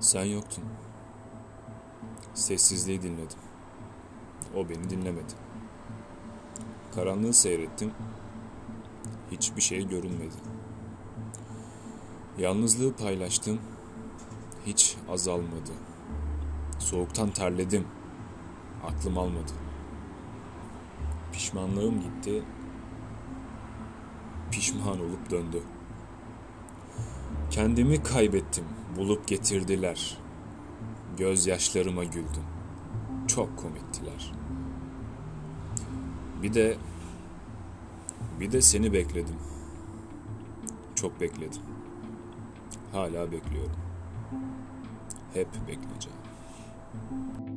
Sen yoktun. Sessizliği dinledim. O beni dinlemedi. Karanlığı seyrettim. Hiçbir şey görünmedi. Yalnızlığı paylaştım. Hiç azalmadı. Soğuktan terledim. Aklım almadı. Pişmanlığım gitti. Pişman olup döndü. Kendimi kaybettim. Bulup getirdiler. Gözyaşlarıma güldüm. Çok komiktiler. Bir de seni bekledim. Çok bekledim. Hala bekliyorum. Hep bekleyeceğim.